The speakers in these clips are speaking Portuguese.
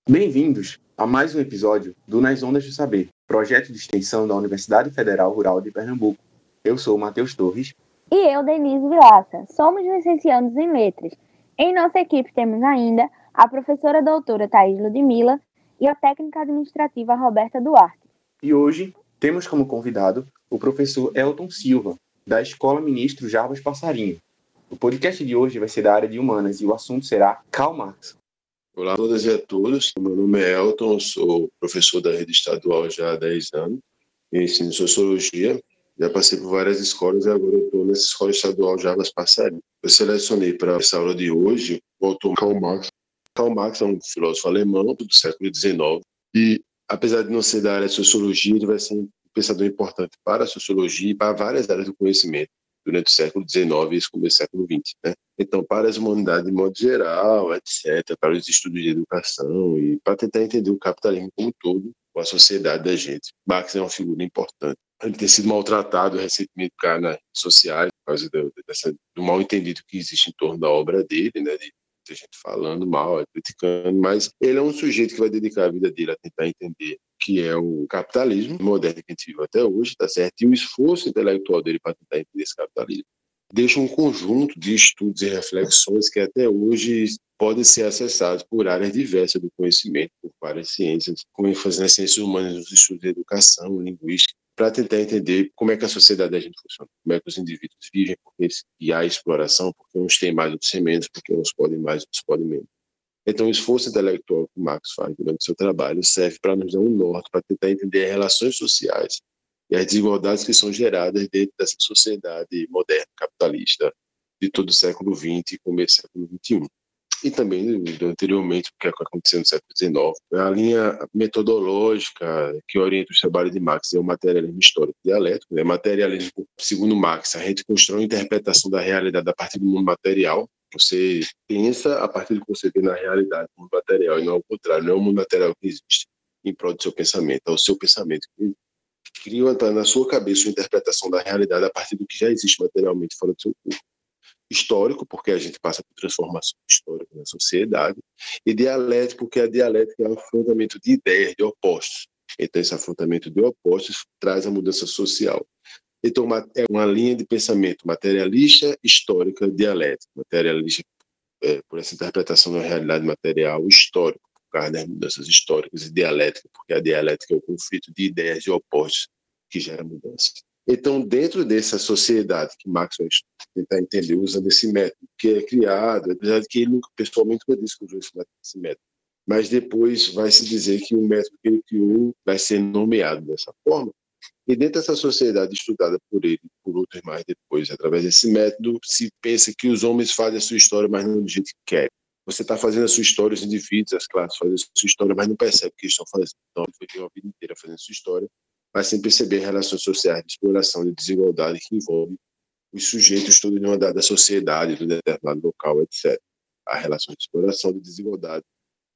Bem-vindos a mais um episódio do Nas Ondas do Saber, projeto de extensão da Universidade Federal Rural de Pernambuco. Eu sou o Matheus Torres. E eu, Denise Vilaça. Somos licenciados em Letras. Em nossa equipe temos ainda a professora doutora Thaís Ludmila e a técnica administrativa Roberta Duarte. E hoje temos como convidado o professor Elton Silva, da Escola Ministro Jarbas Passarinho. O podcast de hoje vai ser da área de Humanas e o assunto será Karl Marx. Olá a todas e a todos, meu nome é Elton, sou professor da rede estadual já há 10 anos, eu ensino Sociologia, já passei por várias escolas e agora eu estou nessa escola estadual Jarbas Passarinho. Eu selecionei para essa aula de hoje o autor Karl Marx. Karl Marx é um filósofo alemão do século XIX e, apesar de não ser da área de Sociologia, ele vai ser um pensador importante para a Sociologia e para várias áreas do conhecimento durante o século XIX e esse começo do século XX, né? Então, para as humanidades de modo geral, etc., para os estudos de educação e para tentar entender o capitalismo como um todo, com a sociedade da gente. Marx é uma figura importante. Ele tem sido maltratado recentemente nas redes sociais por causa do mal entendido que existe em torno da obra dele, né? De muita gente falando mal, criticando, mas ele é um sujeito que vai dedicar a vida dele a tentar entender que é o capitalismo moderno que a gente vive até hoje, tá certo? E o esforço intelectual dele para tentar entender esse capitalismo deixa um conjunto de estudos e reflexões que até hoje podem ser acessados por áreas diversas do conhecimento, por várias ciências, com ênfase nas ciências humanas, nos estudos de educação, linguística, para tentar entender como é que a sociedade da gente funciona, como é que os indivíduos vivem, porque há exploração, porque uns têm mais, outros têm menos, porque uns podem mais, outros podem menos. Então, o esforço intelectual que o Marx faz durante o seu trabalho serve para nos dar um norte, para tentar entender as relações sociais e as desigualdades que são geradas dentro dessa sociedade moderna, capitalista, de todo o século XX e começo do século XXI. E também, anteriormente, o que aconteceu no século XIX. A linha metodológica que orienta os trabalhos de Marx é o materialismo histórico dialético. Né? Materialismo, segundo Marx, a gente constrói uma interpretação da realidade a partir do mundo material. Você pensa a partir do que você vê na realidade, no mundo material, e não ao contrário, não é o mundo material que existe em prol do seu pensamento, é o seu pensamento que cria na sua cabeça uma interpretação da realidade a partir do que já existe materialmente fora do seu corpo. Histórico, porque a gente passa por transformação histórica na sociedade, e dialético, porque a dialética é um afrontamento de ideias, de opostos. Então, esse afrontamento de opostos traz a mudança social. Então, é uma linha de pensamento materialista, histórica, dialética. Materialista por essa interpretação da realidade material, histórico, por causa das mudanças históricas, e dialética, porque a dialética é o conflito de ideias de opostos que gera mudança. Então, dentro dessa sociedade que Marx vai tentar entender, usando esse método que é criado, apesar de que ele pessoalmente nunca disse que usou esse método, mas depois vai se dizer que o método que ele criou vai ser nomeado dessa forma, e dentro dessa sociedade estudada por ele, por outros mais depois, através desse método, se pensa que os homens fazem a sua história, mas não do jeito que querem. Você está fazendo a sua história, os indivíduos, as classes fazem a sua história, mas não percebe o que estão fazendo. Então, ele foi a vida inteira fazendo a sua história, mas sem perceber relações sociais de exploração, de desigualdade que envolvem os sujeitos todos de uma dada sociedade, de um determinado local, etc. Há relações de exploração, de desigualdade.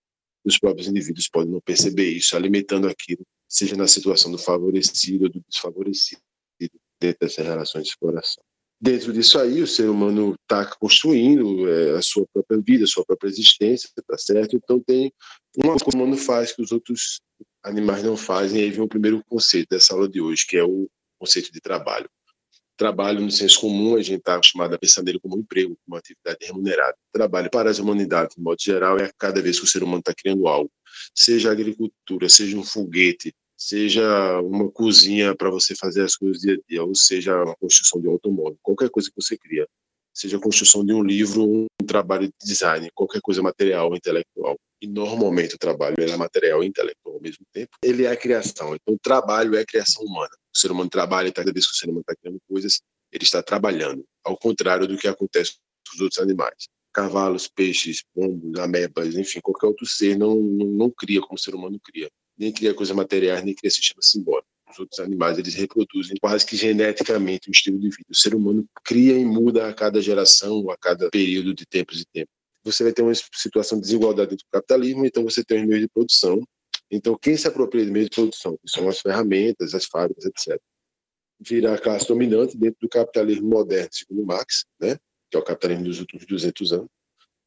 Os próprios indivíduos podem não perceber isso, alimentando aquilo, seja na situação do favorecido ou do desfavorecido, dentro dessas relações de exploração. Dentro disso aí, o ser humano está construindo a sua própria vida, a sua própria existência, tá certo? Então tem uma coisa que o humano faz que os outros animais não fazem, e aí vem o primeiro conceito dessa aula de hoje, que é o conceito de trabalho. Trabalho, no senso comum, a gente está acostumado a pensar nele como um emprego, como uma atividade remunerada. Trabalho para as humanidades, de modo geral, é cada vez que o ser humano está criando algo. Seja agricultura, seja um foguete, seja uma cozinha para você fazer as coisas dia a dia, ou seja a construção de um automóvel, qualquer coisa que você cria. Seja a construção de um livro, um trabalho de design, qualquer coisa material ou intelectual. E normalmente o trabalho é material e intelectual ao mesmo tempo. Ele é a criação. Então o trabalho é a criação humana. O ser humano trabalha, e cada vez que o ser humano está criando coisas, ele está trabalhando, ao contrário do que acontece com os outros animais. Cavalos, peixes, pombos, amebas, enfim, qualquer outro ser não cria como o ser humano cria. Nem cria coisas materiais, nem cria sistema simbólico. Os outros animais, eles reproduzem quase que geneticamente um estilo de vida. O ser humano cria e muda a cada geração, a cada período de tempos e tempos. Você vai ter uma situação de desigualdade dentro do capitalismo, então você tem os meios de produção. Então, quem se apropria de meios de produção, que são as ferramentas, as fábricas, etc., vira a classe dominante dentro do capitalismo moderno, segundo Marx, né, que é o capitalismo dos últimos 200 anos.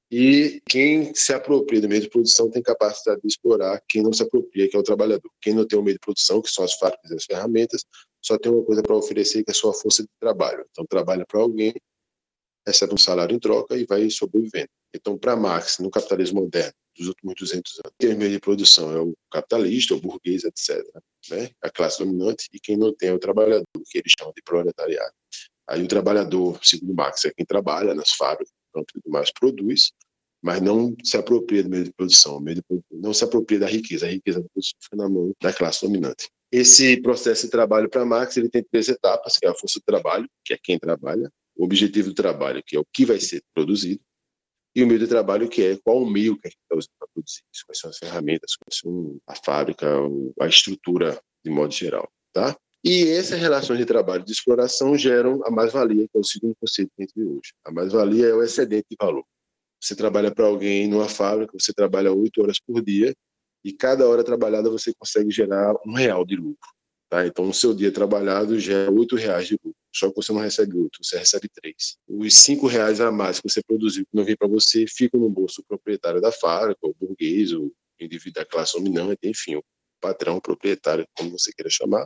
E quem se apropria do meio de produção tem capacidade de explorar quem não se apropria, que é o trabalhador. Quem não tem o meio de produção, que são as fábricas e as ferramentas, só tem uma coisa para oferecer, que é a sua força de trabalho. Então, trabalha para alguém, recebe um salário em troca e vai sobrevivendo. Então, para Marx, no capitalismo moderno, dos últimos 200 anos, quem tem meio de produção é o capitalista, o burguês, etc., né? A classe dominante, e quem não tem é o trabalhador, que eles chamam de proletariado. Aí o trabalhador, segundo Marx, é quem trabalha nas fábricas, tudo mais produz, mas não se apropria do meio de produção, não se apropria da riqueza. A riqueza fica na mão da classe dominante. Esse processo de trabalho para Marx ele tem 3 etapas, que é a força do trabalho, que é quem trabalha, o objetivo do trabalho, que é o que vai ser produzido, e o meio de trabalho, que é qual o meio que a gente está usando para produzir isso, quais são as ferramentas, quais são a fábrica, a estrutura de modo geral, tá? E essas relações de trabalho e de exploração geram a mais-valia, que é o segundo conceito que a gente vê hoje. A mais-valia é o excedente de valor. Você trabalha para alguém numa fábrica, você trabalha 8 horas por dia, e cada hora trabalhada você consegue gerar R$1 de lucro. Tá? Então, no seu dia trabalhado, gera R$8 de lucro. Só que você não recebe 8, você recebe 3. Os R$5 a mais que você produziu, que não vem para você, fica no bolso do proprietário da fábrica, o burguês, o indivíduo da classe dominante, enfim, o patrão, o proprietário, como você queira chamar.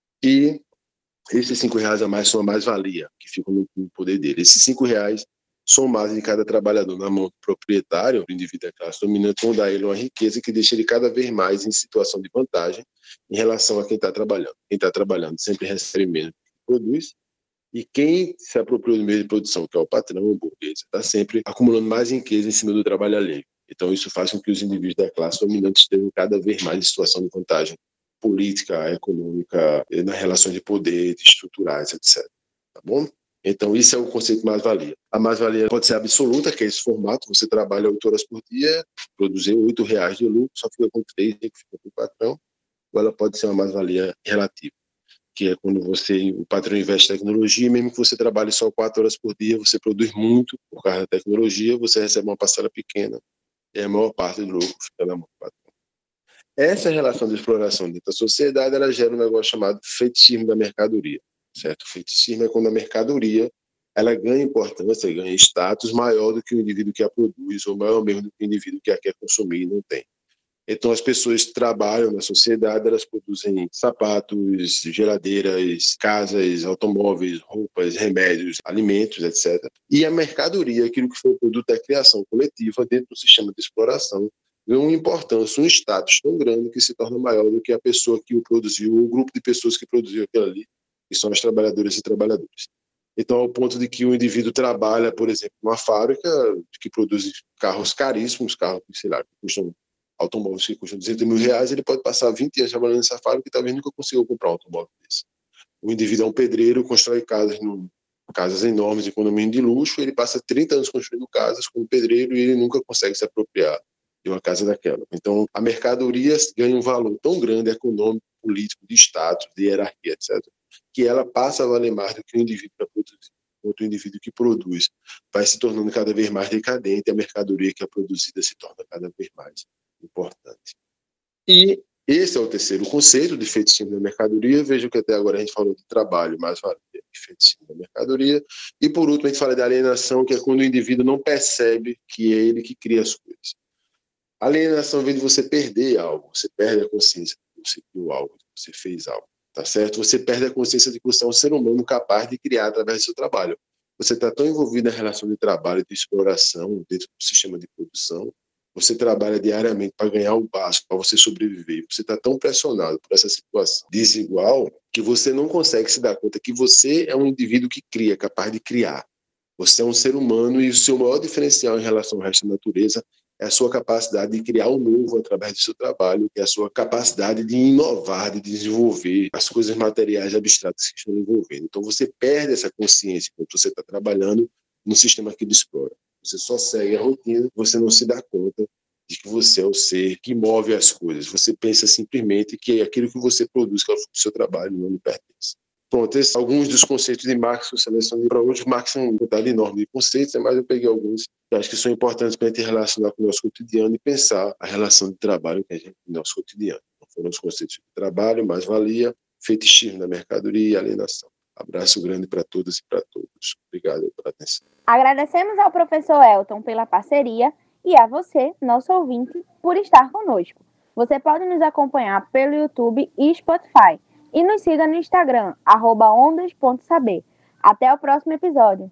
E esses R$5 a mais são a mais-valia, que ficam no poder dele. Esses R$5 somados de cada trabalhador na mão do proprietário, do indivíduo da classe dominante, vão dar a ele uma riqueza que deixa ele cada vez mais em situação de vantagem em relação a quem está trabalhando. Quem está trabalhando sempre recebe menos do que produz, e quem se apropriou do meio de produção, que é o patrão, o burguês, está sempre acumulando mais riqueza em cima do trabalho alheio. Então, isso faz com que os indivíduos da classe dominante estejam cada vez mais em situação de vantagem política, econômica, nas relações de poder, estruturais, etc. Tá bom? Então, isso é o conceito de mais-valia. A mais-valia pode ser absoluta, que é esse formato, você trabalha 8 horas por dia, produzir R$8 de lucro, só fica com 3, que fica com o patrão, ou ela pode ser uma mais-valia relativa, que é quando o patrão investe em tecnologia, mesmo que você trabalhe só 4 horas por dia, você produz muito por causa da tecnologia, você recebe uma parcela pequena, e a maior parte do lucro fica na mão do patrão. Essa relação de exploração dentro da sociedade, ela gera um negócio chamado fetichismo da mercadoria, certo? O fetichismo é quando a mercadoria ela ganha importância, ganha status maior do que o indivíduo que a produz, ou maior mesmo do que o indivíduo que a quer consumir e não tem. Então, as pessoas trabalham na sociedade, elas produzem sapatos, geladeiras, casas, automóveis, roupas, remédios, alimentos, etc. E a mercadoria, aquilo que foi o produto da criação coletiva dentro do sistema de exploração, ganha uma importância, um status tão grande que se torna maior do que a pessoa que o produziu, ou o grupo de pessoas que produziu aquilo ali, que são as trabalhadoras e trabalhadores. Então, ao ponto de que o indivíduo trabalha, por exemplo, numa fábrica que produz carros caríssimos, carros, sei lá, que custam automóveis que custam R$200 mil, ele pode passar 20 anos trabalhando nessa fábrica e talvez nunca consiga comprar um automóvel desse. O indivíduo é um pedreiro, constrói casas enormes em condomínio de luxo, ele passa 30 anos construindo casas como pedreiro e ele nunca consegue se apropriar de uma casa daquela. Então, a mercadoria ganha um valor tão grande, econômico, político, de status, de hierarquia, etc., que ela passa a valer mais do que o indivíduo para produzir. Outro indivíduo que produz vai se tornando cada vez mais decadente e a mercadoria que é produzida se torna cada vez mais importante. E esse é o terceiro conceito de fetichismo da mercadoria. Veja que até agora a gente falou de trabalho, mais-valia e fetichismo da mercadoria. E por último a gente fala de alienação, que é quando o indivíduo não percebe que é ele que cria as coisas. A alienação vem de você perder algo, você perde a consciência de que você criou algo, de que você fez algo, tá certo? Você perde a consciência de que você é um ser humano capaz de criar através do seu trabalho. Você está tão envolvido na relação de trabalho, de exploração dentro do sistema de produção, você trabalha diariamente para ganhar o básico, para você sobreviver. Você está tão pressionado por essa situação desigual que você não consegue se dar conta que você é um indivíduo que cria, capaz de criar. Você é um ser humano e o seu maior diferencial em relação ao resto da natureza é a sua capacidade de criar o novo através do seu trabalho, que é a sua capacidade de inovar, de desenvolver as coisas materiais abstratas que estão envolvendo. Então você perde essa consciência quando você está trabalhando no sistema que ele explora. Você só segue a rotina, você não se dá conta de que você é o ser que move as coisas. Você pensa simplesmente que aquilo que você produz, que é o seu trabalho, não lhe pertence. Pronto, esses são alguns dos conceitos de Marx que eu selecionei para hoje. Marx é um quantidade enorme de conceitos, mas eu peguei alguns que acho que são importantes para a gente relacionar com o nosso cotidiano e pensar a relação de trabalho que a gente tem no nosso cotidiano. Então, foram os conceitos de trabalho, mais-valia, fetichismo da mercadoria e alienação. Abraço grande para todas e para todos. Obrigado pela atenção. Agradecemos ao professor Elton pela parceria e a você, nosso ouvinte, por estar conosco. Você pode nos acompanhar pelo YouTube e Spotify e nos siga no Instagram, @ondas.saber. Até o próximo episódio.